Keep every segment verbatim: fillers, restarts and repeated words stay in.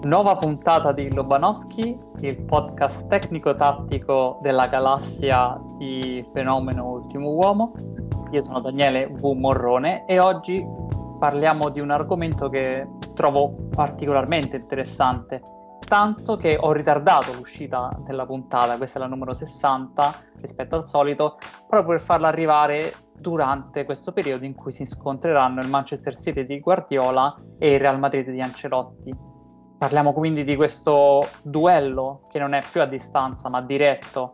Nuova puntata di Lobanowski, il podcast tecnico-tattico della galassia di Fenomeno Ultimo Uomo. Io sono Daniele V. Morrone e oggi parliamo di un argomento che trovo particolarmente interessante, tanto che ho ritardato l'uscita della puntata, questa è la numero sessanta rispetto al solito, proprio per farla arrivare durante questo periodo in cui si scontreranno il Manchester City di Guardiola e il Real Madrid di Ancelotti. Parliamo quindi di questo duello che non è più a distanza ma diretto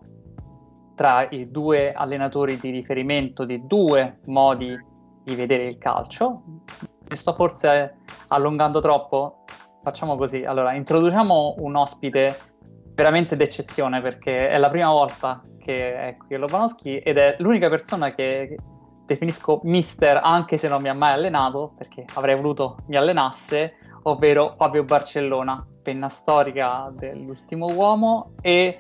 tra i due allenatori di riferimento di due modi di vedere il calcio. Mi sto forse allungando troppo? Facciamo così. Allora, introduciamo un ospite veramente d'eccezione perché è la prima volta che è qui a Lobanowski ed è l'unica persona che definisco mister anche se non mi ha mai allenato, perché avrei voluto mi allenasse, ovvero Fabio Barcellona, penna storica dell'Ultimo Uomo, e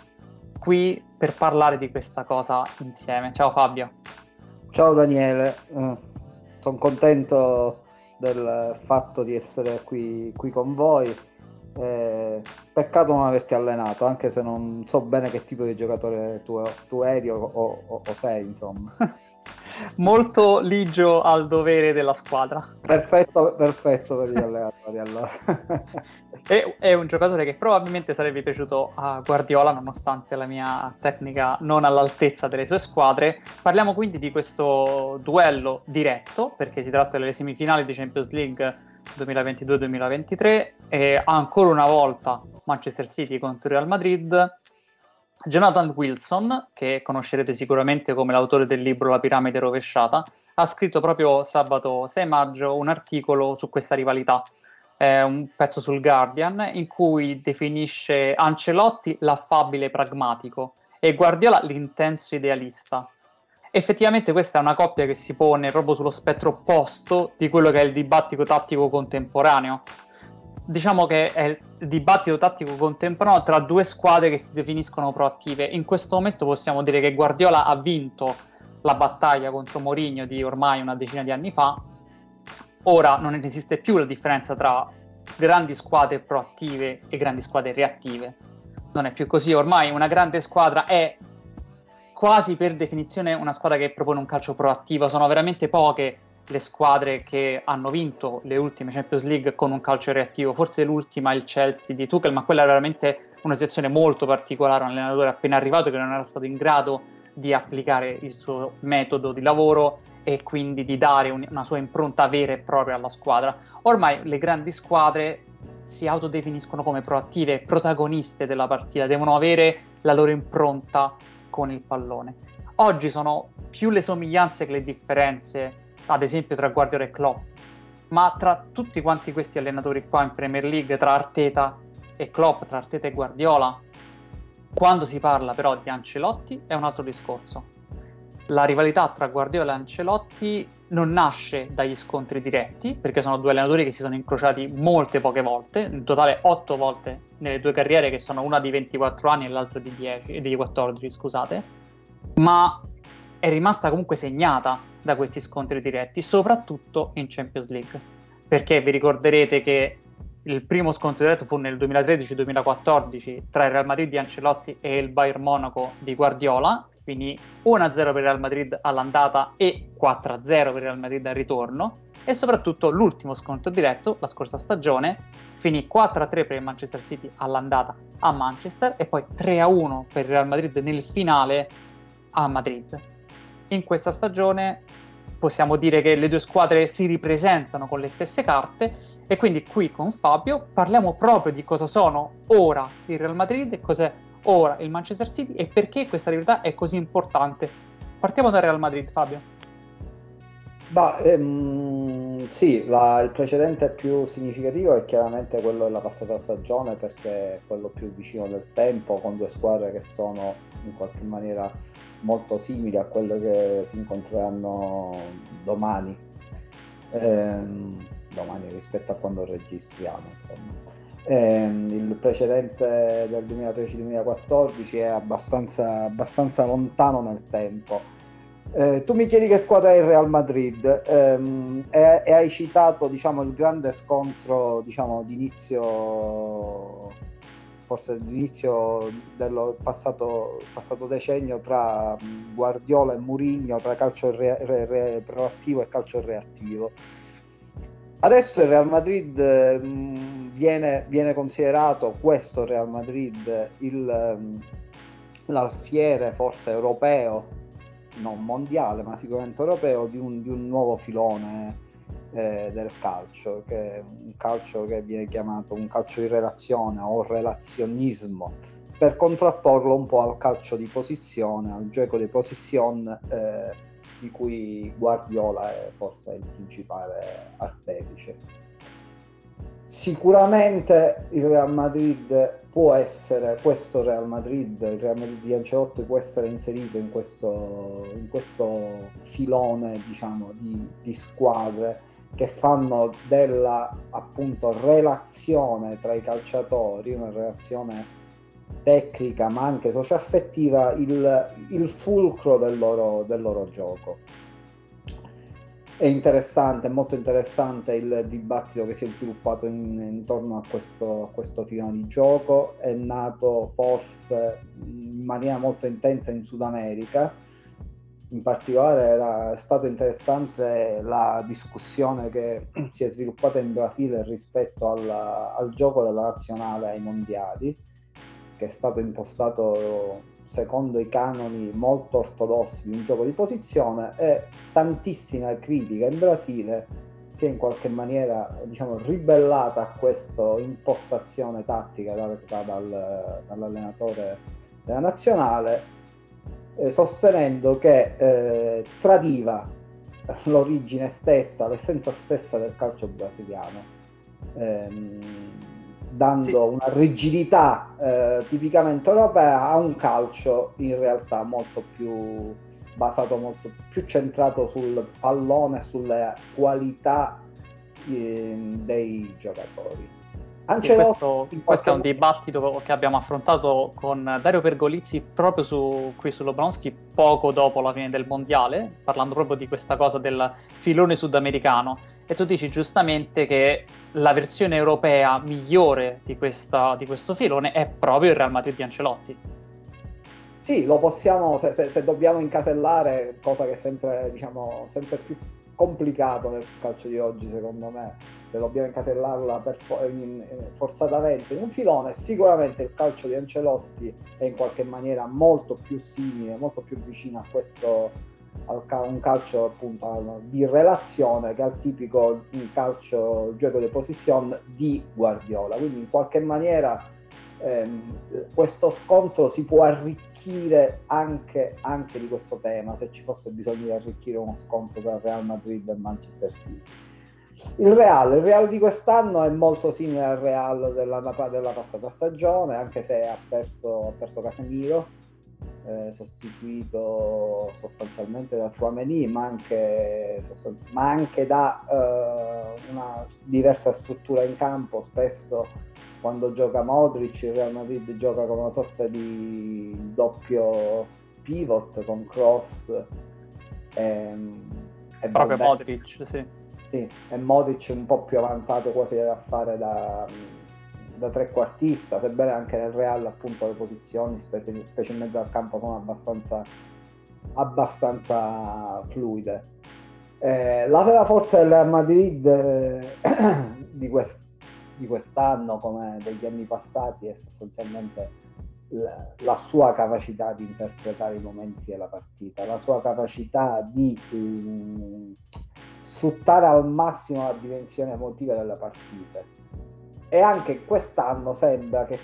qui per parlare di questa cosa insieme. Ciao Fabio. Ciao Daniele, uh, sono contento del fatto di essere qui, qui con voi. Eh, peccato non averti allenato, anche se non so bene che tipo di giocatore tu, tu eri o, o, o sei, insomma. Molto ligio al dovere della squadra. Perfetto, perfetto per gli allenatori, allora. è, è un giocatore che probabilmente sarebbe piaciuto a Guardiola, nonostante la mia tecnica non all'altezza delle sue squadre. Parliamo quindi di questo duello diretto, perché si tratta delle semifinali di Champions League duemilaventidue duemilaventitré e ancora una volta Manchester City contro Real Madrid. Jonathan Wilson, che conoscerete sicuramente come l'autore del libro La piramide rovesciata, ha scritto proprio sabato sei maggio un articolo su questa rivalità, eh, un pezzo sul Guardian, in cui definisce Ancelotti l'affabile pragmatico e Guardiola l'intenso idealista. Effettivamente questa è una coppia che si pone proprio sullo spettro opposto di quello che è il dibattito tattico contemporaneo. Diciamo che è il dibattito tattico contemporaneo tra due squadre che si definiscono proattive. In questo momento possiamo dire che Guardiola ha vinto la battaglia contro Mourinho di ormai una decina di anni fa. Ora non esiste più la differenza tra grandi squadre proattive e grandi squadre reattive. Non è più così. Ormai una grande squadra è quasi per definizione una squadra che propone un calcio proattivo. Sono veramente poche le squadre che hanno vinto le ultime Champions League con un calcio reattivo. Forse l'ultima è il Chelsea di Tuchel, ma quella è veramente una situazione molto particolare, un allenatore appena arrivato che non era stato in grado di applicare il suo metodo di lavoro e quindi di dare un, una sua impronta vera e propria alla squadra. Ormai le grandi squadre si autodefiniscono come proattive, protagoniste della partita, devono avere la loro impronta con il pallone. Oggi sono più le somiglianze che le differenze, ad esempio tra Guardiola e Klopp, ma tra tutti quanti questi allenatori qua in Premier League, tra Arteta e Klopp, tra Arteta e Guardiola, quando si parla però di Ancelotti è un altro discorso. La rivalità tra Guardiola e Ancelotti non nasce dagli scontri diretti, perché sono due allenatori che si sono incrociati molte poche volte, in totale otto volte nelle due carriere, che sono una di ventiquattro anni e l'altra di, dieci, di quattordici, scusate, ma è rimasta comunque segnata da questi scontri diretti, soprattutto in Champions League, perché vi ricorderete che il primo scontro diretto fu nel duemilatredici duemilaquattordici tra il Real Madrid di Ancelotti e il Bayern Monaco di Guardiola, quindi uno a zero per il Real Madrid all'andata e quattro a zero per il Real Madrid al ritorno, e soprattutto l'ultimo scontro diretto, la scorsa stagione, finì quattro a tre per il Manchester City all'andata a Manchester e poi tre a uno per il Real Madrid nel finale a Madrid. In questa stagione possiamo dire che le due squadre si ripresentano con le stesse carte e quindi qui con Fabio parliamo proprio di cosa sono ora il Real Madrid e cos'è ora il Manchester City e perché questa rivalità è così importante. Partiamo dal Real Madrid, Fabio. Bah, ehm, sì, la, il precedente più significativo è chiaramente quello della passata stagione, perché è quello più vicino del tempo, con due squadre che sono in qualche maniera molto simili a quelle che si incontreranno domani, ehm, domani rispetto a quando registriamo, insomma. Ehm, il precedente del duemilatredici duemilaquattordici è abbastanza, abbastanza lontano nel tempo. Eh, tu mi chiedi che squadra è il Real Madrid, ehm, e, e hai citato, diciamo, il grande scontro, diciamo, d'inizio, forse l'inizio del passato, passato decennio tra Guardiola e Mourinho, tra calcio re, re, re, proattivo e calcio reattivo. Adesso il Real Madrid mh, viene, viene considerato, questo Real Madrid, il, mh, l'alfiere forse europeo, non mondiale, ma sicuramente europeo, di un, di un nuovo filone eh, del calcio, che è un calcio che viene chiamato un calcio di relazione o relazionismo, per contrapporlo un po' al calcio di posizione, al gioco di posizione eh, di cui Guardiola è forse il principale artefice. Sicuramente il Real Madrid può essere, questo Real Madrid, il Real Madrid di Ancelotti può essere inserito in questo, in questo filone, diciamo, di, di squadre che fanno della, appunto, relazione tra i calciatori, una relazione tecnica ma anche socioaffettiva, il, il fulcro del loro, del loro gioco. È interessante, è molto interessante il dibattito che si è sviluppato in, intorno a questo, a questo filone di gioco. È nato forse in maniera molto intensa in Sud America, in particolare era, è stato interessante la discussione che si è sviluppata in Brasile rispetto alla, al gioco della nazionale ai mondiali, che è stato impostato secondo i canoni molto ortodossi di un gioco di posizione, e tantissima critica in Brasile si è in qualche maniera, diciamo, ribellata a questa impostazione tattica data dal, dall'allenatore della nazionale, eh, sostenendo che eh, tradiva l'origine stessa, l'essenza stessa del calcio brasiliano, ehm, dando sì. una rigidità eh, tipicamente europea a un calcio in realtà molto più basato, molto più centrato sul pallone e sulle qualità eh, dei giocatori. Sì, questo, questo è un dibattito che abbiamo affrontato con Dario Pergolizzi proprio su, qui su Lobanowski poco dopo la fine del mondiale, parlando proprio di questa cosa del filone sudamericano, e tu dici giustamente che la versione europea migliore di, questa, di questo filone è proprio il Real Madrid di Ancelotti. Sì, lo possiamo, se, se, se dobbiamo incasellare, cosa che è sempre, diciamo, sempre più complicato nel calcio di oggi, secondo me, se dobbiamo incasellarla per, in, forzatamente in un filone, sicuramente il calcio di Ancelotti è in qualche maniera molto più simile, molto più vicino a questo, al, un calcio appunto di relazione, che al tipico calcio gioco di posizione di Guardiola. Quindi in qualche maniera ehm, questo scontro si può arricchire anche, anche di questo tema, se ci fosse bisogno di arricchire uno scontro tra Real Madrid e Manchester City. Il Real, il Real di quest'anno è molto simile al Real della, della passata stagione, anche se ha perso, ha perso Casemiro, eh, sostituito sostanzialmente da Tchouaméni, ma anche, ma anche da eh, una diversa struttura in campo. Spesso quando gioca Modric, il Real Madrid gioca con una sorta di doppio pivot con Kroos e, e proprio Valverde. Modric, sì. Sì, e Modric un po' più avanzato, quasi a fare da, da trequartista, sebbene anche nel Real appunto le posizioni, specie, specie in mezzo al campo, sono abbastanza, abbastanza fluide. Eh, la vera forza del Real Madrid eh, di, quest, di quest'anno, come degli anni passati, è sostanzialmente la, la sua capacità di interpretare i momenti della partita, la sua capacità di um, sfruttare al massimo la dimensione emotiva delle partite. E anche quest'anno sembra che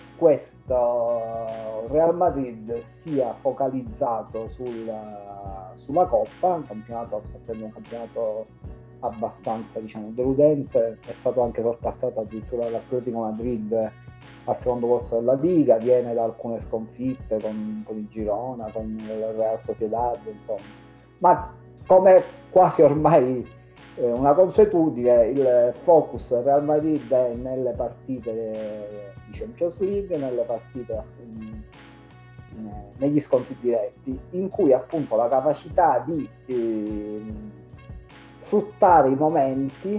questo Real Madrid sia focalizzato sulla, sulla Coppa, un campionato, sta essendo un campionato abbastanza, diciamo, deludente. È stato anche sorpassato addirittura dall'Atletico Madrid al secondo posto della Liga, viene da alcune sconfitte con, con il Girona, con il Real Sociedad, insomma. Ma come quasi ormai eh, una consuetudine, il focus del Real Madrid è nelle partite di Champions League, nelle partite negli scontri diretti, in cui appunto la capacità di eh, sfruttare i momenti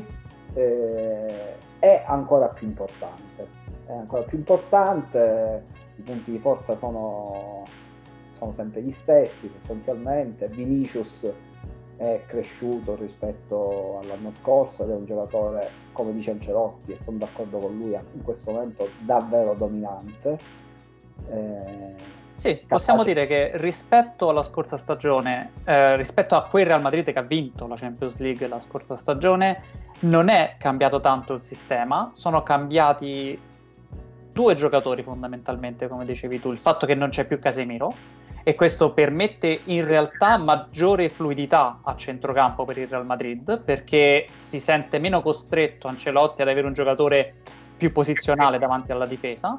eh, è ancora più importante. È ancora più importante, i punti di forza sono, sono sempre gli stessi sostanzialmente. Vinicius è cresciuto rispetto all'anno scorso ed è un giocatore, come dice Ancelotti, e sono d'accordo con lui, in questo momento davvero dominante. Eh, sì, possiamo dire che rispetto alla scorsa stagione, eh, rispetto a quel Real Madrid che ha vinto la Champions League la scorsa stagione, non è cambiato tanto il sistema, sono cambiati due giocatori fondamentalmente, come dicevi tu, il fatto che non c'è più Casemiro, e questo permette in realtà maggiore fluidità a centrocampo per il Real Madrid, perché si sente meno costretto Ancelotti ad avere un giocatore più posizionale davanti alla difesa.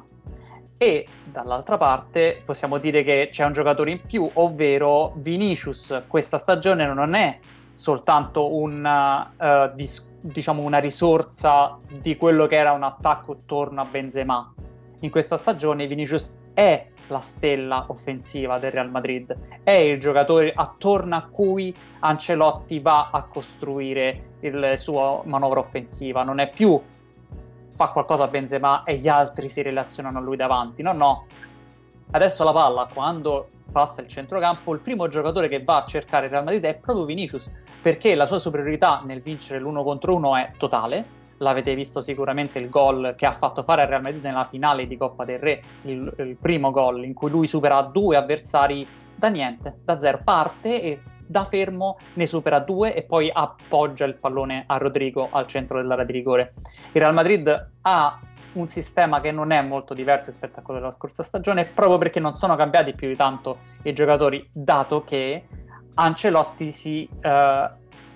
E dall'altra parte possiamo dire che c'è un giocatore in più, ovvero Vinicius questa stagione non è soltanto una, uh, dis- diciamo una risorsa di quello che era un attacco attorno a Benzema. In questa stagione Vinicius è la stella offensiva del Real Madrid, è il giocatore attorno a cui Ancelotti va a costruire il suo manovra offensiva, non è più fa qualcosa a Benzema e gli altri si relazionano a lui davanti, no no, adesso la palla quando passa il centrocampo il primo giocatore che va a cercare il Real Madrid è proprio Vinicius, perché la sua superiorità nel vincere l'uno contro uno è totale. L'avete visto sicuramente il gol che ha fatto fare al Real Madrid nella finale di Coppa del Re, il, il primo gol in cui lui supera due avversari da niente, da zero, parte e da fermo ne supera due e poi appoggia il pallone a Rodrigo al centro dell'area di rigore. Il Real Madrid ha un sistema che non è molto diverso rispetto a quello della scorsa stagione, proprio perché non sono cambiati più di tanto i giocatori, dato che Ancelotti si eh,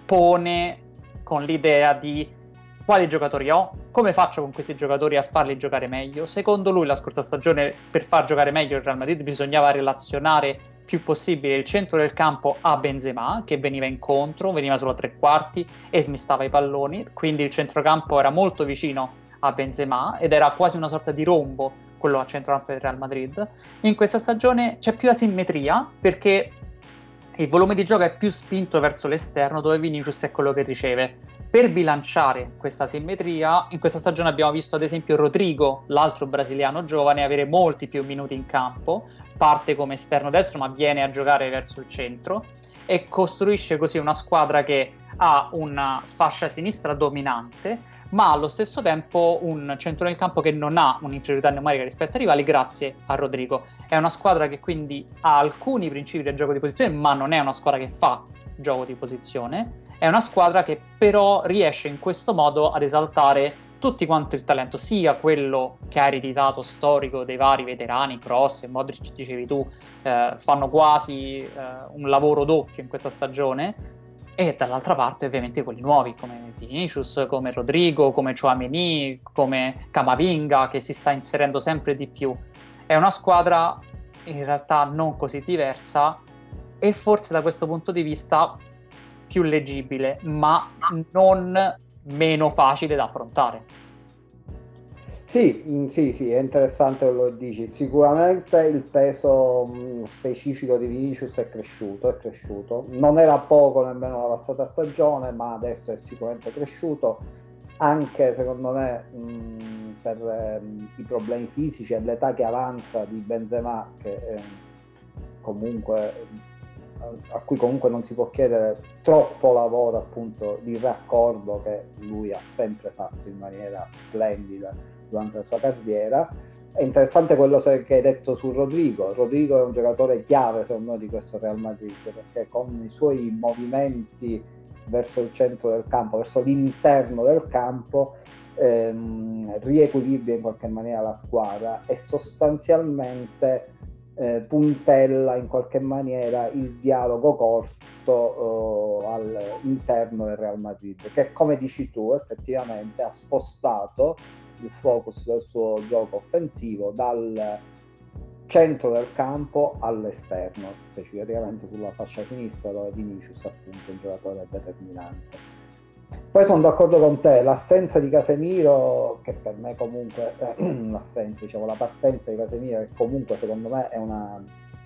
pone con l'idea di quali giocatori ho, come faccio con questi giocatori a farli giocare meglio. Secondo lui la scorsa stagione per far giocare meglio il Real Madrid bisognava relazionare più possibile il centro del campo a Benzema, che veniva incontro, veniva solo a tre quarti e smistava i palloni, quindi il centrocampo era molto vicino a Benzema ed era quasi una sorta di rombo quello a centrocampo del Real Madrid. In questa stagione c'è più asimmetria perché il volume di gioco è più spinto verso l'esterno, dove Vinicius è quello che riceve. Per bilanciare questa simmetria, in questa stagione abbiamo visto ad esempio Rodrigo, l'altro brasiliano giovane, avere molti più minuti in campo, parte come esterno destro ma viene a giocare verso il centro e costruisce così una squadra che ha una fascia sinistra dominante, ma allo stesso tempo un centro del campo che non ha un'inferiorità numerica rispetto ai rivali grazie a Rodrigo. È una squadra che quindi ha alcuni principi del gioco di posizione, ma non è una squadra che fa gioco di posizione. È una squadra che però riesce in questo modo ad esaltare tutti quanto il talento, sia quello che ha ereditato storico dei vari veterani, Kroos e Modric, dicevi tu, eh, fanno quasi eh, un lavoro doppio in questa stagione, e dall'altra parte ovviamente quelli nuovi come Vinicius, come Rodrigo, come Tchouaméni, come Camavinga, che si sta inserendo sempre di più. È una squadra in realtà non così diversa e forse da questo punto di vista più leggibile, ma non meno facile da affrontare. Sì, sì, sì, è interessante quello che dici. Sicuramente il peso mh, specifico di Vinicius è cresciuto, è cresciuto. Non era poco nemmeno la passata stagione, ma adesso è sicuramente cresciuto. Anche secondo me mh, per ehm, i problemi fisici e l'età che avanza di Benzema, che eh, comunque a cui comunque non si può chiedere troppo lavoro appunto di raccordo, che lui ha sempre fatto in maniera splendida durante la sua carriera. È interessante quello che hai detto su Rodrigo. Rodrigo è un giocatore chiave secondo me di questo Real Madrid, perché con i suoi movimenti verso il centro del campo, verso l'interno del campo, ehm, riequilibra in qualche maniera la squadra e sostanzialmente Eh, puntella in qualche maniera il dialogo corto eh, all'interno del Real Madrid, che come dici tu effettivamente ha spostato il focus del suo gioco offensivo dal centro del campo all'esterno, specificamente sulla fascia sinistra dove Vinicius appunto è un giocatore determinante. Poi sono d'accordo con te, l'assenza di Casemiro, che per me comunque, eh, l'assenza, diciamo, la partenza di Casemiro, che comunque secondo me è una,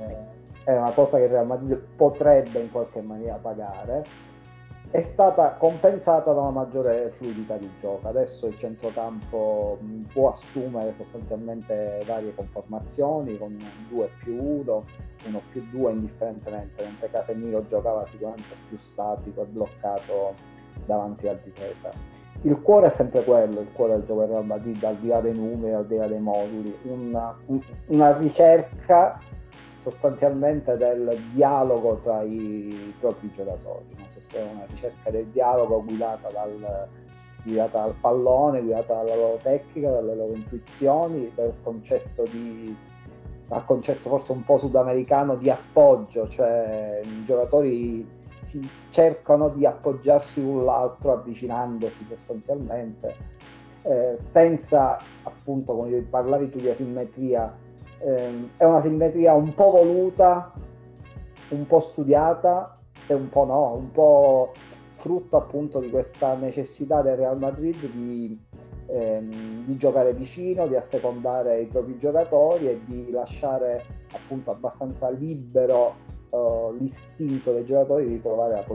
eh, è una cosa che il Real Madrid potrebbe in qualche maniera pagare. È stata compensata da una maggiore fluidità di gioco. Adesso il centrocampo mh, può assumere sostanzialmente varie conformazioni con due più uno, uno più due indifferentemente, mentre Casemiro giocava sicuramente più statico e bloccato davanti alla difesa. Il cuore è sempre quello, il cuore del gioco del Real Madrid, al di là dei numeri, al di là dei moduli, una, una ricerca sostanzialmente del dialogo tra i propri giocatori, non so se è una ricerca del dialogo guidata dal, guidata dal pallone, guidata dalla loro tecnica, dalle loro intuizioni, dal concetto di dal concetto forse un po' sudamericano di appoggio, cioè i giocatori si cercano di appoggiarsi l'un l'altro avvicinandosi sostanzialmente, eh, senza appunto, come parlavi tu di asimmetria. È una simmetria un po' voluta, un po' studiata e un po' no, un po' frutto appunto di questa necessità del Real Madrid di, ehm, di giocare vicino, di assecondare i propri giocatori e di lasciare appunto abbastanza libero uh, l'istinto dei giocatori di trovare la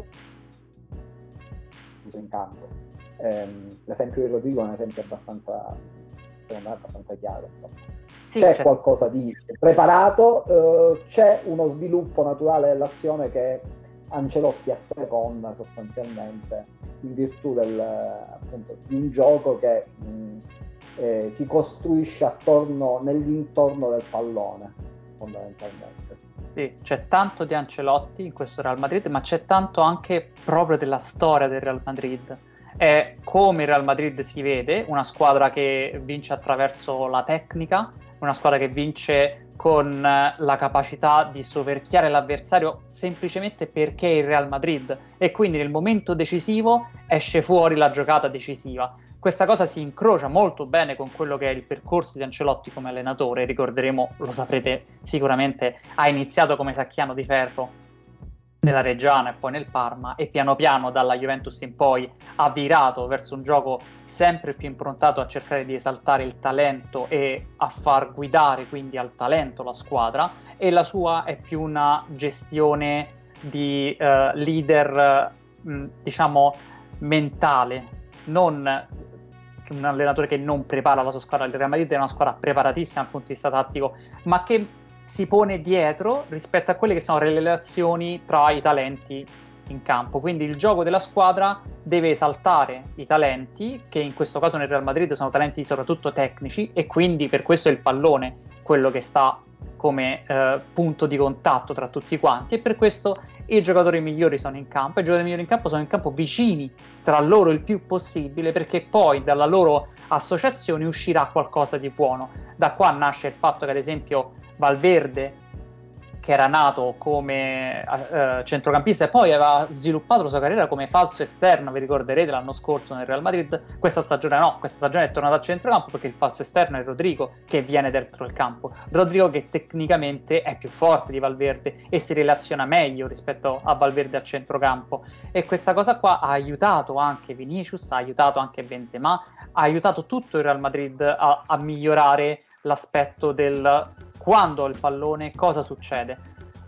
posizione in campo. Ehm, l'esempio di Rodrigo è un esempio abbastanza, secondo me, abbastanza chiaro, insomma. Sì, c'è certo. Qualcosa di preparato, eh, c'è uno sviluppo naturale dell'azione che Ancelotti asseconda sostanzialmente in virtù del, appunto, di un gioco che mh, eh, si costruisce attorno, nell'intorno del pallone, fondamentalmente. Sì, c'è tanto di Ancelotti in questo Real Madrid, ma c'è tanto anche proprio della storia del Real Madrid. È come il Real Madrid si vede, una squadra che vince attraverso la tecnica, una squadra che vince con la capacità di soverchiare l'avversario semplicemente perché è il Real Madrid, e quindi nel momento decisivo esce fuori la giocata decisiva. Questa cosa si incrocia molto bene con quello che è il percorso di Ancelotti come allenatore. Ricorderemo, lo saprete sicuramente, ha iniziato come sacchiano di ferro nella Reggiana e poi nel Parma, e piano piano dalla Juventus in poi ha virato verso un gioco sempre più improntato a cercare di esaltare il talento e a far guidare quindi al talento la squadra, e la sua è più una gestione di eh, leader mh, diciamo mentale, non un allenatore che non prepara la sua squadra. Il Real Madrid è una squadra preparatissima dal punto di vista tattico, ma che si pone dietro rispetto a quelle che sono le relazioni tra i talenti in campo. Quindi il gioco della squadra deve esaltare i talenti, che in questo caso nel Real Madrid sono talenti soprattutto tecnici, e quindi per questo è il pallone quello che sta come eh, punto di contatto tra tutti quanti, e per questo i giocatori migliori sono in campo, e i giocatori migliori in campo sono in campo vicini tra loro il più possibile, perché poi dalla loro associazione uscirà qualcosa di buono. Da qua nasce il fatto che ad esempio Valverde, che era nato come eh, centrocampista e poi aveva sviluppato la sua carriera come falso esterno, vi ricorderete l'anno scorso nel Real Madrid, questa stagione no, questa stagione è tornato al centrocampo perché il falso esterno è Rodrigo, che viene dentro il campo. Rodrigo che tecnicamente è più forte di Valverde e si relaziona meglio rispetto a Valverde a centrocampo, e questa cosa qua ha aiutato anche Vinicius, ha aiutato anche Benzema, ha aiutato tutto il Real Madrid a, a migliorare l'aspetto del quando ho il pallone cosa succede.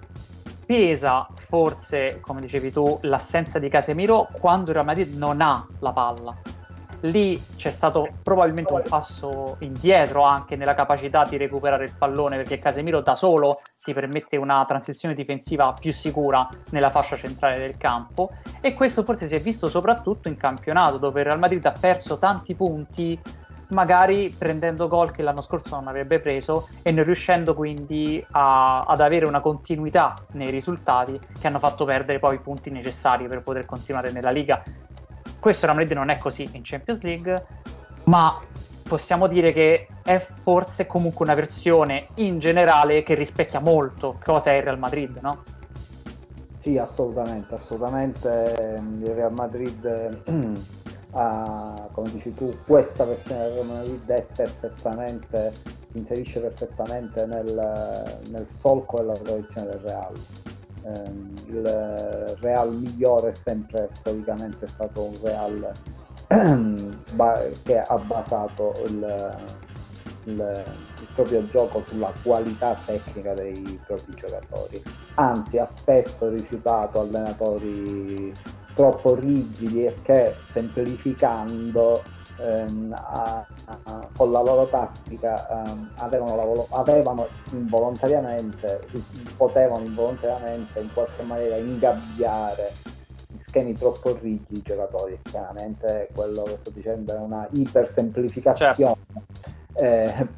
Pesa forse, come dicevi tu, l'assenza di Casemiro quando il Real Madrid non ha la palla. Lì c'è stato probabilmente un passo indietro anche nella capacità di recuperare il pallone, perché Casemiro da solo ti permette una transizione difensiva più sicura nella fascia centrale del campo, e questo forse si è visto soprattutto in campionato, dove il Real Madrid ha perso tanti punti magari prendendo gol che l'anno scorso non avrebbe preso, e non riuscendo quindi a, ad avere una continuità nei risultati che hanno fatto perdere poi i punti necessari per poter continuare nella Liga. Questo Real Madrid non è così in Champions League, ma possiamo dire che è forse comunque una versione in generale che rispecchia molto cosa è il Real Madrid, no? Sì, assolutamente, assolutamente. Il Real Madrid Uh, come dici tu, questa versione del Real Madrid è perfettamente, si inserisce perfettamente nel, nel solco della tradizione del Real. Um, il Real migliore è sempre storicamente stato un Real che ha basato il, il, il proprio gioco sulla qualità tecnica dei propri giocatori, anzi ha spesso rifiutato allenatori troppo rigidi e che semplificando ehm, a, a, con la loro tattica ehm, avevano, la, avevano involontariamente potevano involontariamente in qualche maniera ingabbiare schemi troppo rigidi i giocatori. Chiaramente quello che sto dicendo è una ipersemplificazione, certo. eh,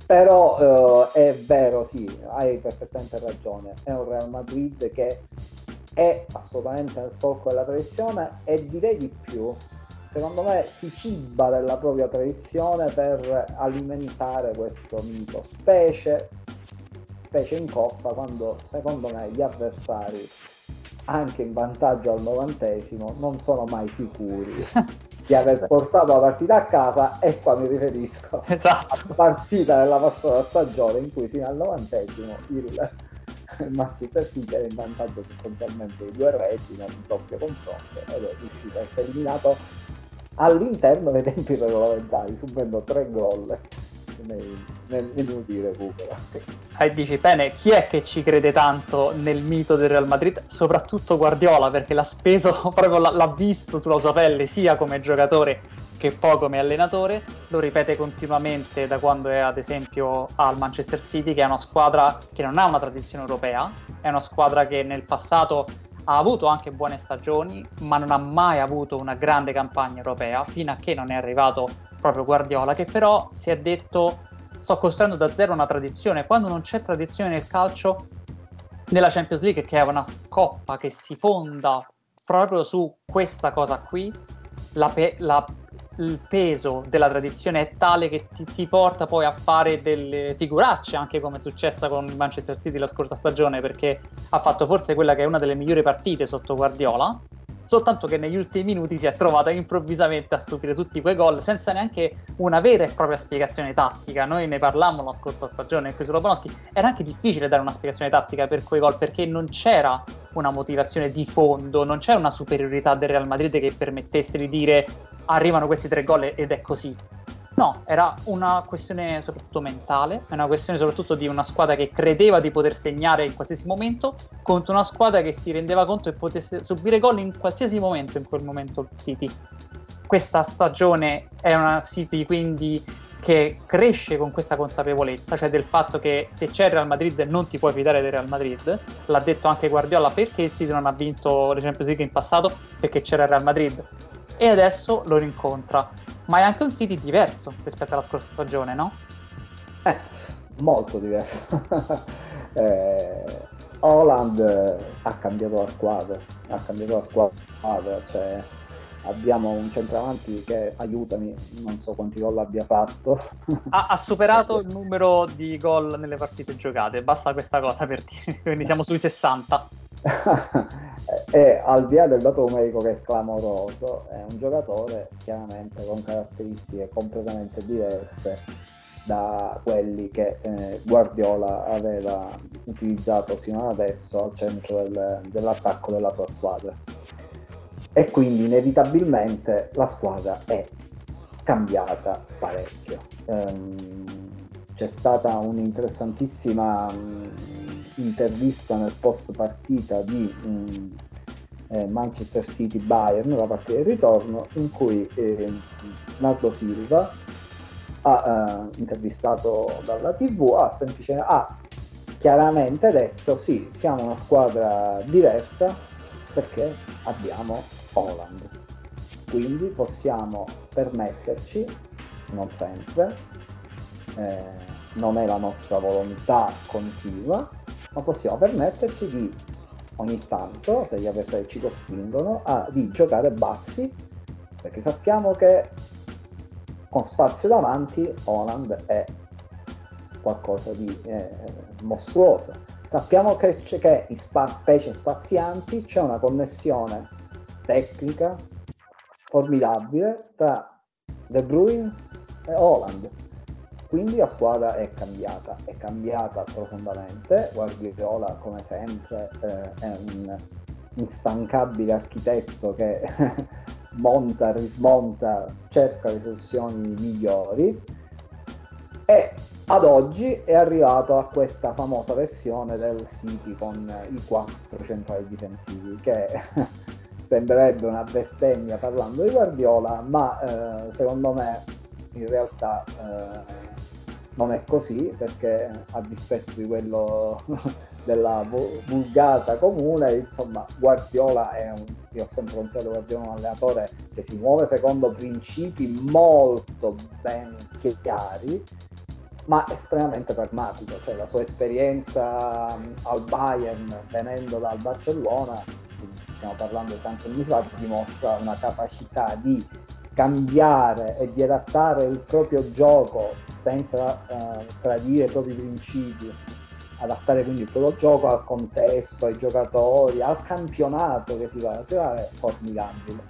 però eh, è vero, sì, hai perfettamente ragione, è un Real Madrid che è assolutamente nel solco della tradizione e direi di più, secondo me si ciba della propria tradizione per alimentare questo mito, specie, specie in Coppa, quando secondo me gli avversari anche in vantaggio al novantesimo non sono mai sicuri di aver portato la partita a casa, e qua mi riferisco esatto. alla partita della passata stagione in cui sino al novantesimo il Manchester City era in vantaggio sostanzialmente di due reti nel doppio confronto ed è riuscito a essere eliminato all'interno dei tempi regolamentari, subendo tre gol nei, nei minuti di recupero. Sì. E dici bene, chi è che ci crede tanto nel mito del Real Madrid? Soprattutto Guardiola, perché l'ha speso proprio, l'ha visto sulla sua pelle sia come giocatore che poi come allenatore, lo ripete continuamente da quando è ad esempio al Manchester City, che è una squadra che non ha una tradizione europea, è una squadra che nel passato ha avuto anche buone stagioni, ma non ha mai avuto una grande campagna europea, fino a che non è arrivato proprio Guardiola, che però si è detto: sto costruendo da zero una tradizione. Quando non c'è tradizione nel calcio, nella Champions League, che è una coppa che si fonda proprio su questa cosa qui, la pe- la, il peso della tradizione è tale che ti, ti porta poi a fare delle figuracce, anche come è successa con il Manchester City la scorsa stagione, perché ha fatto forse quella che è una delle migliori partite sotto Guardiola, soltanto che negli ultimi minuti si è trovata improvvisamente a subire tutti quei gol senza neanche una vera e propria spiegazione tattica. Noi ne parlammo la scorsa stagione qui su Lobanowski, era anche difficile dare una spiegazione tattica per quei gol, perché non c'era una motivazione di fondo, non c'era una superiorità del Real Madrid che permettesse di dire arrivano questi tre gol ed è così. No, era una questione soprattutto mentale, è una questione soprattutto di una squadra che credeva di poter segnare in qualsiasi momento contro una squadra che si rendeva conto che potesse subire gol in qualsiasi momento, in quel momento il City. Questa stagione è una City quindi che cresce con questa consapevolezza, cioè del fatto che se c'è il Real Madrid non ti puoi fidare del Real Madrid. L'ha detto anche Guardiola: perché il City non ha vinto le Champions League in passato? Perché c'era il Real Madrid. E adesso lo rincontra, ma è anche un City diverso rispetto alla scorsa stagione, no? Eh, molto diverso. eh, Haaland ha cambiato la squadra, ha cambiato la squadra, cioè abbiamo un centravanti che, aiutami, non so quanti gol abbia fatto. Ha, ha superato il numero di gol nelle partite giocate, basta questa cosa per dire, quindi siamo sui sessanta. E al di là del dato numerico che è clamoroso, è un giocatore chiaramente con caratteristiche completamente diverse da quelli che eh, Guardiola aveva utilizzato fino ad adesso al centro del, dell'attacco della sua squadra, e quindi inevitabilmente la squadra è cambiata parecchio. Um, c'è stata un'interessantissima um, intervista nel post partita di um, eh, Manchester City Bayern, la partita del ritorno, in cui eh, Nardo Silva ha uh, intervistato dalla tivù, ha semplicemente ha chiaramente detto: sì, siamo una squadra diversa perché abbiamo Haaland, quindi possiamo permetterci, non sempre, eh, non è la nostra volontà continua, ma possiamo permetterci di ogni tanto, se gli avversari ci costringono, a di giocare bassi, perché sappiamo che con spazio davanti Haaland è qualcosa di eh, mostruoso. Sappiamo che, c'è, che in spa, specie spazianti c'è una connessione tecnica formidabile tra De Bruyne e Haaland, quindi la squadra è cambiata, è cambiata profondamente. Guardiola, come sempre, eh, è un instancabile architetto che monta, rismonta, cerca le soluzioni migliori, E ad oggi è arrivato a questa famosa versione del City con i quattro centrali difensivi, che sembrerebbe una bestemmia parlando di Guardiola, ma eh, secondo me in realtà eh, non è così, perché a dispetto di quello della vulgata comune, insomma, Guardiola è un, io ho sempre considerato Guardiola un allenatore che si muove secondo principi molto ben chiari, ma estremamente pragmatico. Cioè la sua esperienza al Bayern venendo dal Barcellona, stiamo parlando di tanti anni fa, dimostra una capacità di cambiare e di adattare il proprio gioco senza uh, tradire i propri principi, adattare quindi il proprio gioco al contesto, ai giocatori, al campionato che si va a creare, formidabile.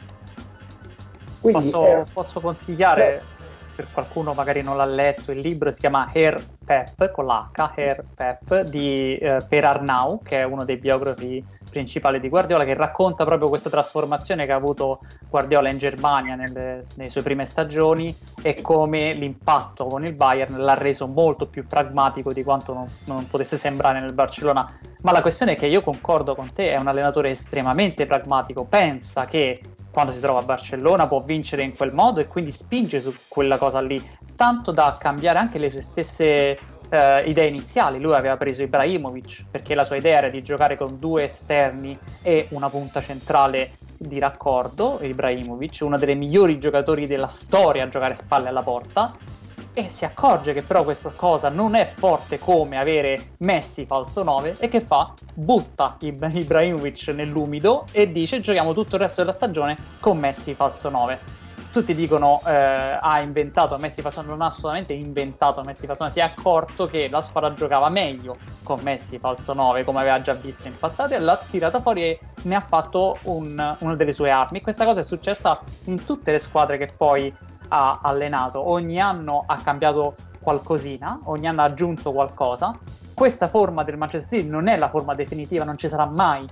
Quindi, posso, eh, posso consigliare, beh, per qualcuno magari non l'ha letto, il libro si chiama Hair Pep, con l'H, Hair Pep, di eh, Per Arnau, che è uno dei biografi principali di Guardiola, che racconta proprio questa trasformazione che ha avuto Guardiola in Germania nelle, nelle sue prime stagioni e come l'impatto con il Bayern l'ha reso molto più pragmatico di quanto non, non potesse sembrare nel Barcellona. Ma la questione è che io concordo con te, è un allenatore estremamente pragmatico, pensa che quando si trova a Barcellona può vincere in quel modo e quindi spinge su quella cosa lì, tanto da cambiare anche le sue stesse Uh, idee iniziali. Lui aveva preso Ibrahimovic perché la sua idea era di giocare con due esterni e una punta centrale di raccordo. Ibrahimovic, uno dei migliori giocatori della storia a giocare spalle alla porta, e si accorge che però questa cosa non è forte come avere Messi falso nove, e che fa? Butta Ibrahimovic nell'umido e dice giochiamo tutto il resto della stagione con Messi falso nove. Tutti dicono eh, ha inventato Messi falso nove, non ha assolutamente inventato Messi falso nove, si è accorto che la squadra giocava meglio con Messi falso nove, come aveva già visto in passato, e l'ha tirata fuori e ne ha fatto un, una delle sue armi. Questa cosa è successa in tutte le squadre che poi ha allenato, ogni anno ha cambiato qualcosina, ogni anno ha aggiunto qualcosa. Questa forma del Manchester City non è la forma definitiva, non ci sarà mai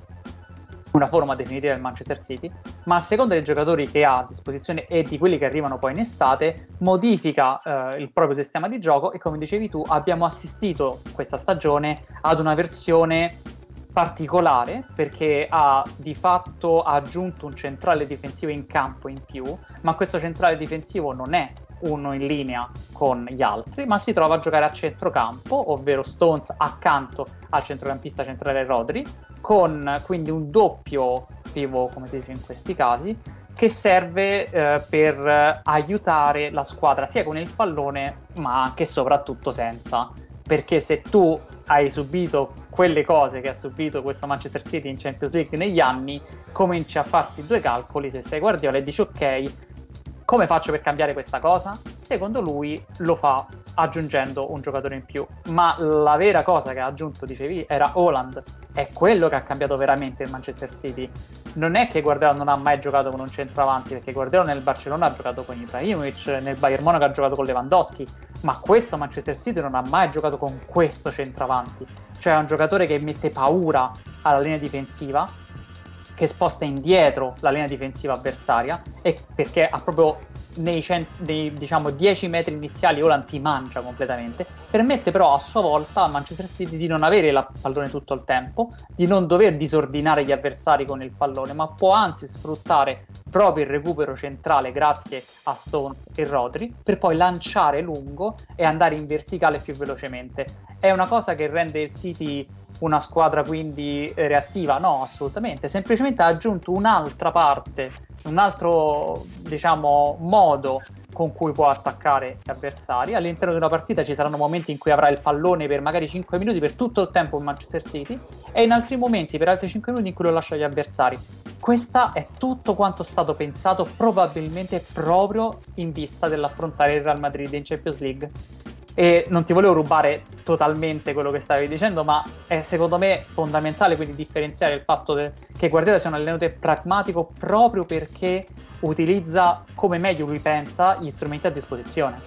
una forma definitiva del Manchester City, ma a seconda dei giocatori che ha a disposizione e di quelli che arrivano poi in estate modifica eh, il proprio sistema di gioco. E come dicevi tu, abbiamo assistito questa stagione ad una versione particolare, perché ha di fatto aggiunto un centrale difensivo in campo in più, ma questo centrale difensivo non è uno in linea con gli altri, ma si trova a giocare a centrocampo, ovvero Stones accanto al centrocampista centrale Rodri, con quindi un doppio pivot, come si dice in questi casi, che serve eh, per aiutare la squadra sia con il pallone ma anche e soprattutto senza, perché se tu hai subito quelle cose che ha subito questo Manchester City in Champions League negli anni, cominci a farti due calcoli se sei Guardiola e dici ok, come faccio per cambiare questa cosa? Secondo lui lo fa aggiungendo un giocatore in più, ma la vera cosa che ha aggiunto, dicevi, era Haaland. È quello che ha cambiato veramente il Manchester City. Non è che Guardiola non ha mai giocato con un centravanti, perché Guardiola nel Barcellona ha giocato con Ibrahimovic, nel Bayern Monaco ha giocato con Lewandowski, ma questo Manchester City non ha mai giocato con questo centravanti. Cioè è un giocatore che mette paura alla linea difensiva, che sposta indietro la linea difensiva avversaria, e perché ha proprio nei, cent- nei diciamo dieci metri iniziali Haaland ti mangia completamente. Permette però a sua volta a Manchester City di non avere il pallone tutto il tempo, di non dover disordinare gli avversari con il pallone, ma può anzi sfruttare proprio il recupero centrale grazie a Stones e Rodri per poi lanciare lungo e andare in verticale più velocemente. È una cosa che rende il City una squadra quindi reattiva? No, assolutamente, semplicemente ha aggiunto un'altra parte, un altro diciamo modo con cui può attaccare gli avversari. All'interno di una partita ci saranno momenti in cui avrà il pallone per magari cinque minuti per tutto il tempo in Manchester City, e in altri momenti per altri cinque minuti in cui lo lascia agli avversari. Questa è tutto quanto è stato pensato probabilmente proprio in vista dell'affrontare il Real Madrid in Champions League. E non ti volevo rubare totalmente quello che stavi dicendo, ma è secondo me fondamentale quindi differenziare il fatto de- che Guardiola sia un allenatore pragmatico proprio perché utilizza come meglio lui pensa gli strumenti a disposizione.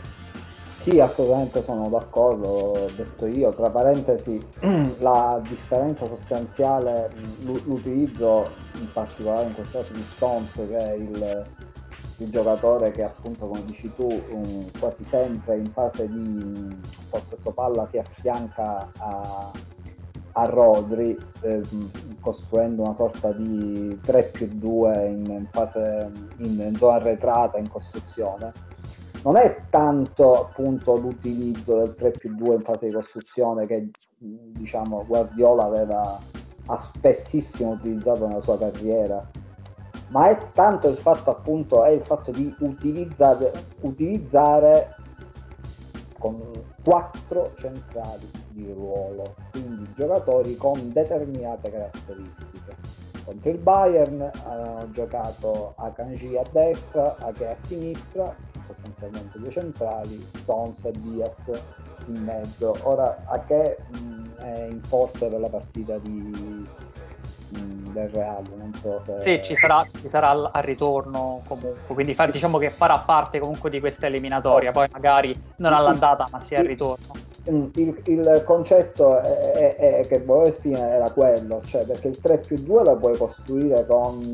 Sì, assolutamente sono d'accordo, ho detto io. Tra parentesi, la differenza sostanziale, l- l'utilizzo in particolare in questo caso di Stones, che è il il giocatore che appunto, come dici tu, um, quasi sempre in fase di possesso palla si affianca a, a Rodri, eh, costruendo una sorta di tre più due in, in fase in, in zona arretrata, in costruzione. Non è tanto appunto l'utilizzo del tre più due in fase di costruzione che, diciamo, Guardiola aveva ha spessissimo utilizzato nella sua carriera, ma è tanto il fatto appunto è il fatto di utilizzare utilizzare con quattro centrali di ruolo, quindi giocatori con determinate caratteristiche. Contro il Bayern hanno giocato Akanji a destra, Ake a sinistra, sostanzialmente due centrali, Stones e Diaz in mezzo. Ora Ake mh, è in forza per la partita di del Real, non so se... Sì, ci sarà, ci sarà al, al ritorno comunque, quindi fa, diciamo che farà parte comunque di questa eliminatoria, poi magari non all'andata ma sia al ritorno. Il, il concetto è, è, è che volevo esprimere era quello, cioè perché il tre più due lo puoi costruire con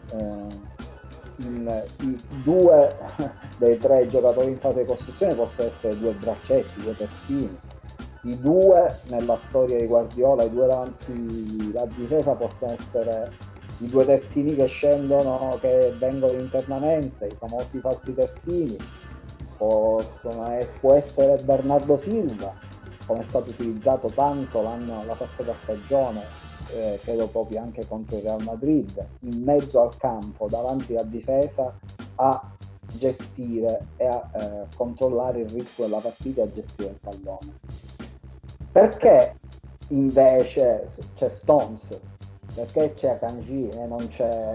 eh, in, i due dei tre giocatori in fase di costruzione possono essere due braccetti, due terzini. I due nella storia di Guardiola, i due davanti la difesa possono essere i due terzini che scendono, che vengono internamente, i famosi falsi terzini. Possono, può essere Bernardo Silva, come è stato utilizzato tanto l'anno, la passata stagione, eh, credo proprio anche contro il Real Madrid, in mezzo al campo, davanti alla difesa, a gestire e a eh, controllare il ritmo della partita e a gestire il pallone. Perché invece c'è Stones? Perché c'è Akanji e non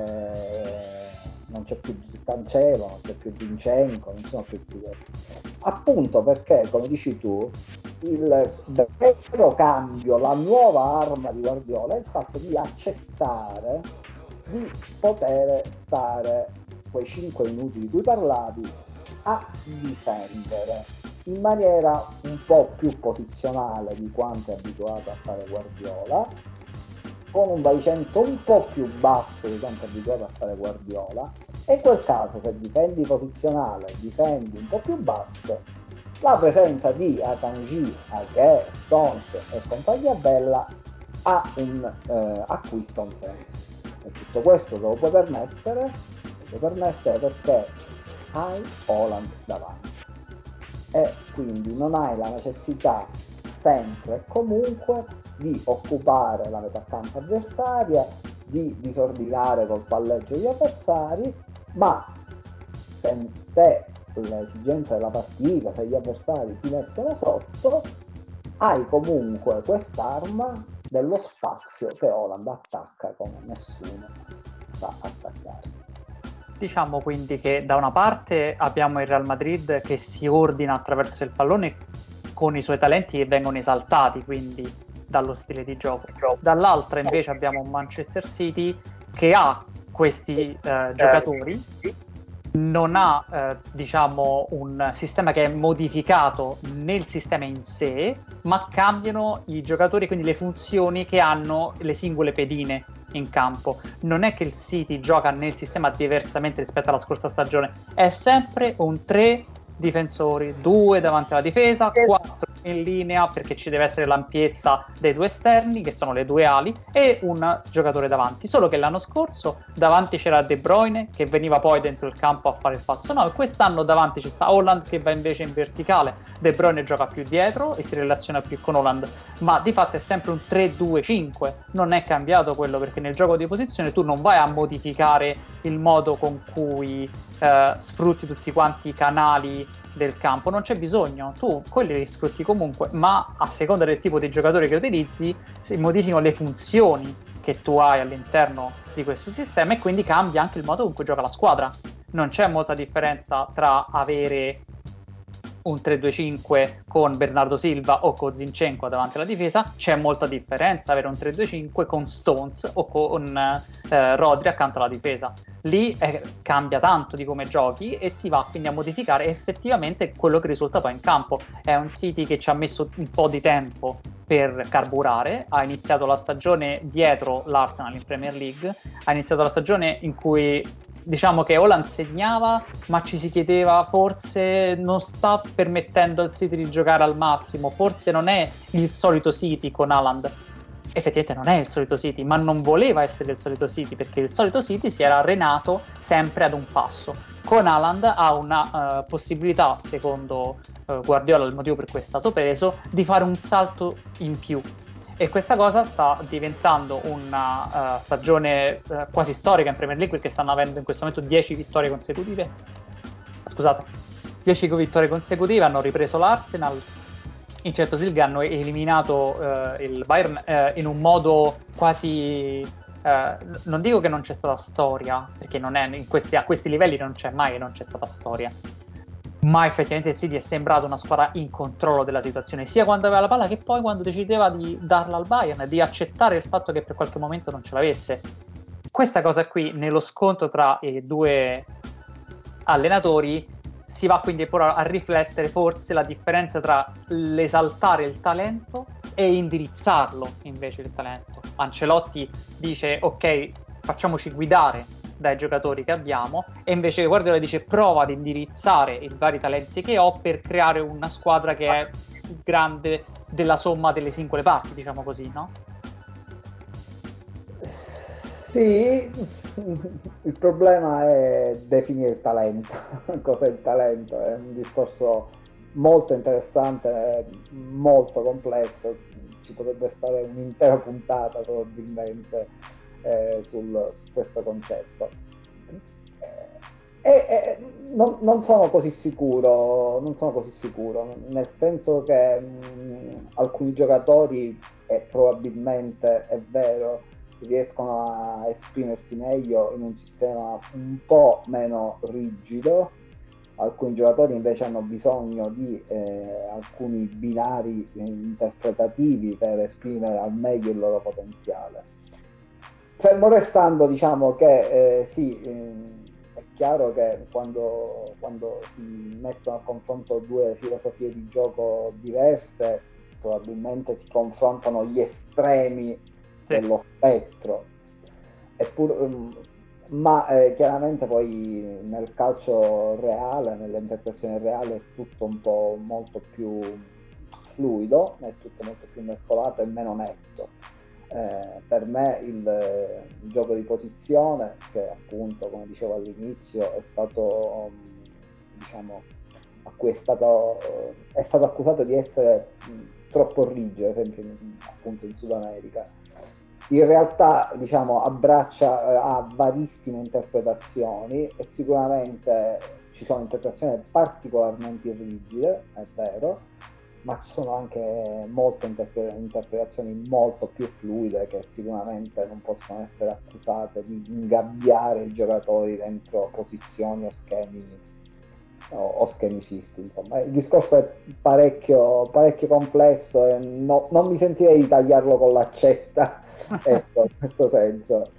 c'è non c'è più Cancelo, non c'è più Zinchenko, non sono più di questi? Appunto perché, come dici tu, il vero cambio, la nuova arma di Guardiola è il fatto di accettare di poter stare quei cinque minuti di cui parlavi a difendere in maniera un po' più posizionale di quanto è abituato a fare Guardiola, con un baricentro un po' più basso di quanto è abituato a fare Guardiola, e in quel caso se difendi posizionale, difendi un po' più basso, la presenza di Akanji, Ake, Stones e compagnia bella ha un, eh, acquista un senso. E tutto questo te lo puoi permettere, lo puoi permettere perché hai Haaland davanti. E quindi non hai la necessità sempre e comunque di occupare la metà campo avversaria, di disordinare col palleggio gli avversari, ma se, se l'esigenza della partita, se gli avversari ti mettono sotto, hai comunque quest'arma dello spazio che Haaland attacca come nessuno sa attaccare. Diciamo quindi che da una parte abbiamo il Real Madrid che si ordina attraverso il pallone con i suoi talenti che vengono esaltati quindi dallo stile di gioco, dall'altra invece abbiamo un Manchester City che ha questi eh, giocatori, non ha eh, diciamo un sistema che è modificato nel sistema in sé, ma cambiano i giocatori, quindi le funzioni che hanno le singole pedine in campo. Non è che il City gioca nel sistema diversamente rispetto alla scorsa stagione, è sempre un tre difensori, due davanti alla difesa, quattro in linea perché ci deve essere l'ampiezza dei due esterni che sono le due ali e un giocatore davanti, solo che l'anno scorso davanti c'era De Bruyne che veniva poi dentro il campo a fare il falso no, e quest'anno davanti ci sta Haaland che va invece in verticale, De Bruyne gioca più dietro e si relaziona più con Haaland, ma di fatto è sempre un tre due cinque, non è cambiato quello, perché nel gioco di posizione tu non vai a modificare il modo con cui eh, sfrutti tutti quanti i canali del campo, non c'è bisogno, tu quelli li sfrutti comunque, ma a seconda del tipo di giocatore che utilizzi si modificano le funzioni che tu hai all'interno di questo sistema e quindi cambia anche il modo con cui gioca la squadra. Non c'è molta differenza tra avere un tre due cinque con Bernardo Silva o con Zinchenko davanti alla difesa, c'è molta differenza avere un tre due cinque con Stones o con eh, Rodri accanto alla difesa. Lì eh, cambia tanto di come giochi e si va quindi a modificare effettivamente quello che risulta poi in campo. È un City che ci ha messo un po' di tempo per carburare, ha iniziato la stagione dietro l'Arsenal in Premier League, ha iniziato la stagione in cui diciamo che o la insegnava, ma ci si chiedeva forse non sta permettendo al City di giocare al massimo, forse non è il solito City con Haaland. Effettivamente non è il solito City, ma non voleva essere il solito City, perché il solito City si era arenato sempre ad un passo. Con Haaland ha una uh, possibilità, secondo uh, Guardiola, il motivo per cui è stato preso, di fare un salto in più. E questa cosa sta diventando una uh, stagione uh, quasi storica in Premier League, perché stanno avendo in questo momento dieci vittorie consecutive. Scusate, dieci vittorie consecutive, hanno ripreso l'Arsenal. In Champions League hanno eliminato uh, il Bayern uh, in un modo quasi... Uh, non dico che non c'è stata storia, perché non è, in questi, a questi livelli non c'è mai che non c'è stata storia. Ma effettivamente il City è sembrato una squadra in controllo della situazione, sia quando aveva la palla che poi quando decideva di darla al Bayern, di accettare il fatto che per qualche momento non ce l'avesse. Questa cosa qui, nello scontro tra i due allenatori, si va quindi a, a riflettere forse la differenza tra l'esaltare il talento e indirizzarlo invece il talento. Ancelotti dice ok, facciamoci guidare dai giocatori che abbiamo, e invece Guardiola dice prova ad indirizzare i vari talenti che ho per creare una squadra che è più grande della somma delle singole parti, diciamo così, no? Sì, il problema è definire il talento. Cos'è il talento? È un discorso molto interessante, molto complesso, ci potrebbe stare un'intera puntata probabilmente eh, sul, su questo concetto. E, e non, non sono così sicuro, non sono così sicuro, nel senso che mh, alcuni giocatori, e probabilmente è vero, riescono a esprimersi meglio in un sistema un po' meno rigido, alcuni giocatori invece hanno bisogno di eh, alcuni binari interpretativi per esprimere al meglio il loro potenziale. Fermo restando, diciamo che eh, sì, eh, è chiaro che quando, quando si mettono a confronto due filosofie di gioco diverse, probabilmente si confrontano gli estremi dello spettro, eppure, ma eh, chiaramente poi nel calcio reale, nell'interpretazione reale, è tutto un po' molto più fluido, è tutto molto più mescolato e meno netto. Eh, per me il, il gioco di posizione, che appunto, come dicevo all'inizio, è stato, diciamo, a cui è stato, è stato accusato di essere troppo rigido, ad esempio appunto in Sud America, in realtà, diciamo, abbraccia, eh, ha varissime interpretazioni, e sicuramente ci sono interpretazioni particolarmente rigide, è vero, ma ci sono anche molte interpre- interpretazioni molto più fluide, che sicuramente non possono essere accusate di ingabbiare i giocatori dentro posizioni o schemi o, o schemi fissi. Insomma, il discorso è parecchio, parecchio complesso e no, non mi sentirei di tagliarlo con l'accetta. Ecco, in questo senso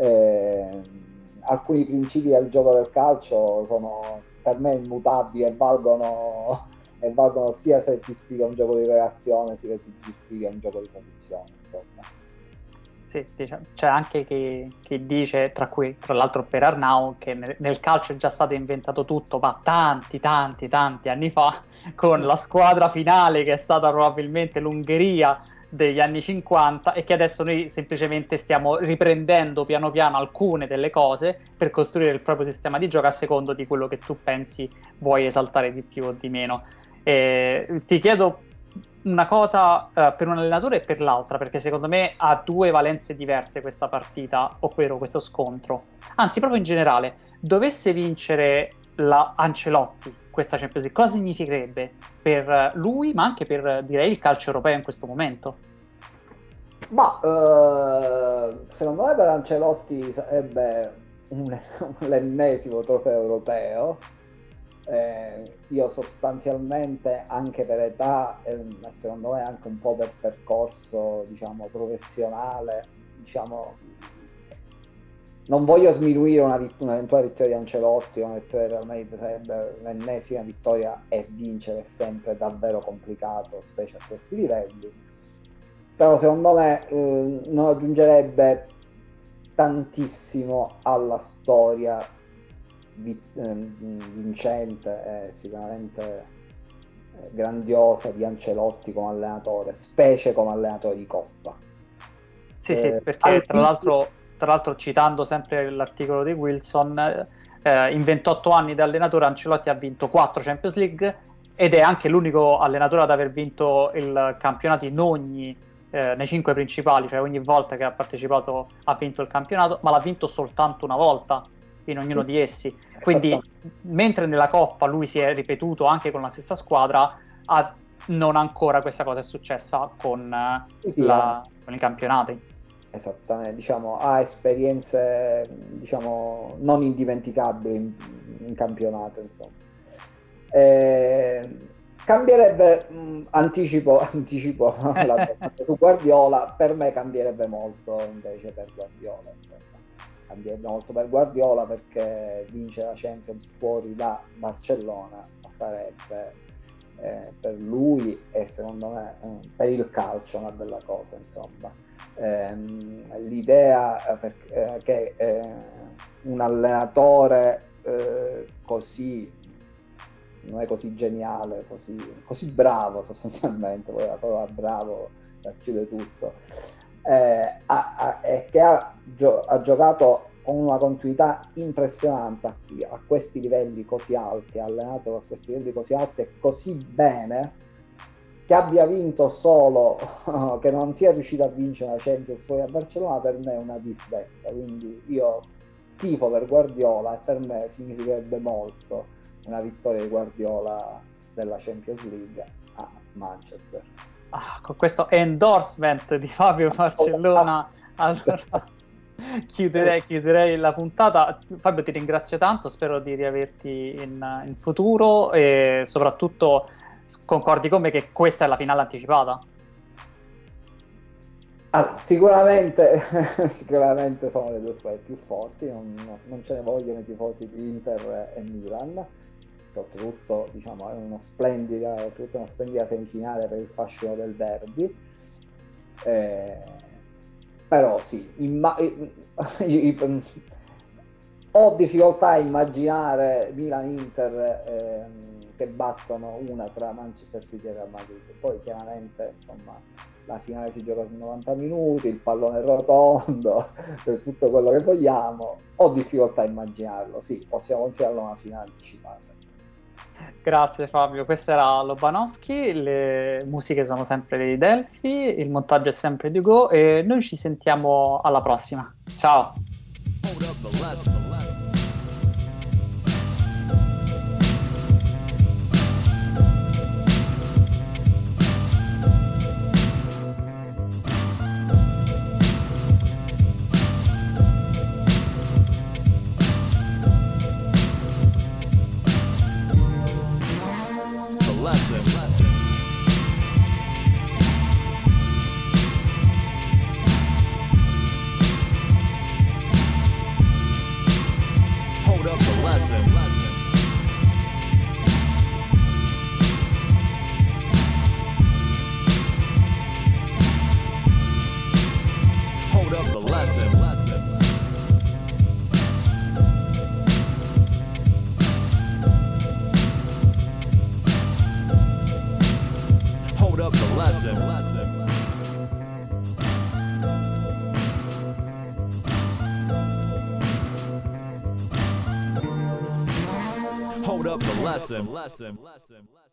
eh, alcuni principi del gioco del calcio sono per me immutabili e valgono, e valgono sia se ti spiega un gioco di reazione sia se ti spiega un gioco di posizione, insomma. Sì, c'è anche chi, chi dice, tra cui tra l'altro per Arnau, che nel, nel calcio è già stato inventato tutto, ma tanti, tanti, tanti anni fa, con la squadra finale che è stata probabilmente l'Ungheria degli anni cinquanta, e che adesso noi semplicemente stiamo riprendendo piano piano alcune delle cose per costruire il proprio sistema di gioco a secondo di quello che tu pensi vuoi esaltare di più o di meno. E ti chiedo una cosa uh, per un allenatore e per l'altra, perché secondo me ha due valenze diverse questa partita, ovvero questo scontro. Anzi, proprio in generale, dovesse vincere la Ancelotti questa Champions League, cosa significherebbe per lui, ma anche per, direi, il calcio europeo in questo momento? Ma eh, secondo me per Ancelotti sarebbe un, l'ennesimo trofeo europeo. Eh, io sostanzialmente, anche per età e eh, secondo me anche un po' per percorso, diciamo, professionale, diciamo, non voglio sminuire una vitt- un'eventuale vittoria di Ancelotti, una vittoria del Real Madrid sarebbe l'ennesima vittoria, e vincere è sempre davvero complicato, specie a questi livelli. Però secondo me eh, non aggiungerebbe tantissimo alla storia vi- ehm, vincente e sicuramente eh, grandiosa di Ancelotti come allenatore, specie come allenatore di Coppa. Sì, sì, Eh, perché al- tra l'altro, tra l'altro citando sempre l'articolo di Wilson, eh, in ventotto anni da allenatore Ancelotti ha vinto quattro Champions League ed è anche l'unico allenatore ad aver vinto il campionato in ogni, eh, nei cinque principali, cioè ogni volta che ha partecipato ha vinto il campionato, ma l'ha vinto soltanto una volta in ognuno sì, di essi. Quindi, esattamente. mentre nella Coppa lui si è ripetuto anche con la stessa squadra, ha- non ancora questa cosa è successa con, eh, Sì, sì, ah, la- con i campionati. esattamente, diciamo, ha esperienze, diciamo, non indimenticabili in, in campionato, insomma. Eh, cambierebbe, mh, anticipo, anticipo la domanda su Guardiola, per me cambierebbe molto invece per Guardiola, insomma. Cambierebbe molto per Guardiola perché vincere la Champions fuori da Barcellona sarebbe eh, per lui e secondo me eh, per il calcio una bella cosa, insomma. Ehm, l'idea per, eh, che eh, un allenatore eh, così non è così geniale, così, così bravo sostanzialmente, poi la parola bravo racchiude tutto, eh, ha, ha, è che ha, gio- ha giocato con una continuità impressionante a, a questi livelli così alti, ha allenato a questi livelli così alti e così bene, che abbia vinto solo, che non sia riuscito a vincere la Champions poi a Barcellona, per me è una disdetta, quindi io tifo per Guardiola e per me significherebbe molto una vittoria di Guardiola della Champions League a Manchester. Ah, con questo endorsement di Fabio Barcellona, allora chiuderei, chiuderei la puntata. Fabio, ti ringrazio tanto, spero di riaverti in, in futuro e soprattutto concordi con me che questa è la finale anticipata? Allora, sicuramente, sicuramente sono le due squadre più forti, non, non ce ne vogliono i tifosi di Inter e Milan, che oltretutto diciamo, è uno splendida, oltretutto una splendida semifinale per il fascino del derby. Eh, però sì, imma- ho difficoltà a immaginare Milan-Inter ehm, che battono una tra Manchester City e Real Madrid. Poi chiaramente insomma la finale si gioca su novanta minuti, il pallone è rotondo, tutto quello che vogliamo. Ho difficoltà a immaginarlo, sì, possiamo considerarlo una finale anticipata. Grazie Fabio, questo era Lobanowski, le musiche sono sempre dei Delphi, il montaggio è sempre di Ugo e noi ci sentiamo alla prossima. Ciao! Hold up the lesson.